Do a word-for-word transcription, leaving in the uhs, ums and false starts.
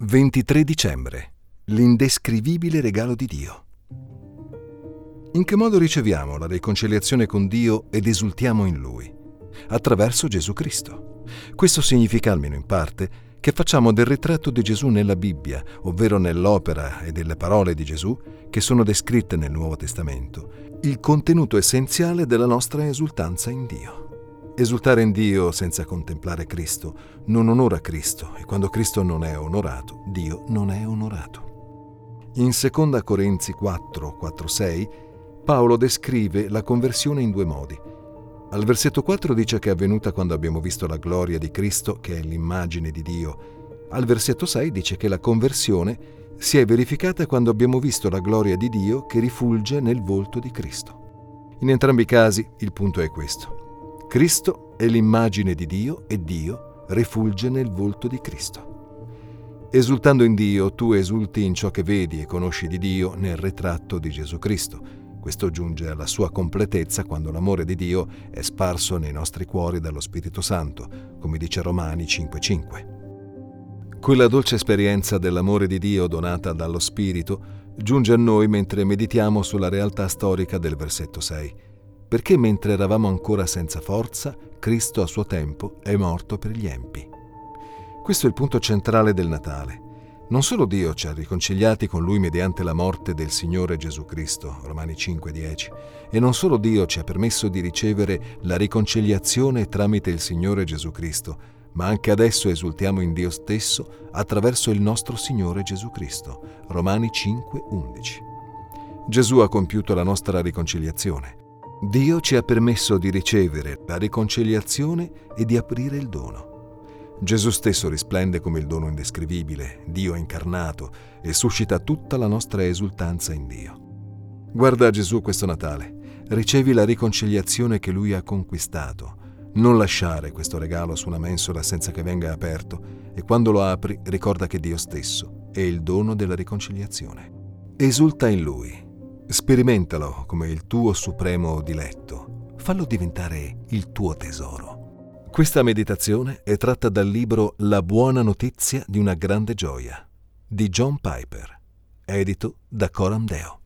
ventitré dicembre. L'indescrivibile regalo di Dio. In che modo riceviamo la riconciliazione con Dio ed esultiamo in Lui? Attraverso Gesù Cristo. Questo significa, almeno in parte, che facciamo del ritratto di Gesù nella Bibbia, ovvero nell'opera e delle parole di Gesù, che sono descritte nel Nuovo Testamento, il contenuto essenziale della nostra esultanza in Dio. Esultare in Dio senza contemplare Cristo non onora Cristo, e quando Cristo non è onorato, Dio non è onorato. In seconda Corinzi quattro, quattro sei, Paolo descrive la conversione in due modi. Al versetto quattro dice che è avvenuta quando abbiamo visto la gloria di Cristo, che è l'immagine di Dio. Al versetto sei dice che la conversione si è verificata quando abbiamo visto la gloria di Dio che rifulge nel volto di Cristo. In entrambi i casi il punto è questo. Cristo è l'immagine di Dio e Dio rifulge nel volto di Cristo. Esultando in Dio, tu esulti in ciò che vedi e conosci di Dio nel ritratto di Gesù Cristo. Questo giunge alla sua completezza quando l'amore di Dio è sparso nei nostri cuori dallo Spirito Santo, come dice Romani cinque cinque. Quella dolce esperienza dell'amore di Dio donata dallo Spirito giunge a noi mentre meditiamo sulla realtà storica del versetto sei. Perché mentre eravamo ancora senza forza, Cristo a suo tempo è morto per gli empi. Questo è il punto centrale del Natale. Non solo Dio ci ha riconciliati con Lui mediante la morte del Signore Gesù Cristo, Romani cinque dieci, e non solo Dio ci ha permesso di ricevere la riconciliazione tramite il Signore Gesù Cristo, ma anche adesso esultiamo in Dio stesso attraverso il nostro Signore Gesù Cristo, Romani cinque undici. Gesù ha compiuto la nostra riconciliazione. Dio ci ha permesso di ricevere la riconciliazione e di aprire il dono. Gesù stesso risplende come il dono indescrivibile, Dio incarnato, e suscita tutta la nostra esultanza in Dio. Guarda Gesù questo Natale, ricevi la riconciliazione che Lui ha conquistato. Non lasciare questo regalo su una mensola senza che venga aperto, e quando lo apri ricorda che Dio stesso è il dono della riconciliazione. Esulta in Lui. Sperimentalo come il tuo supremo diletto. Fallo diventare il tuo tesoro. Questa meditazione è tratta dal libro La buona notizia di una grande gioia di John Piper, edito da Coram Deo.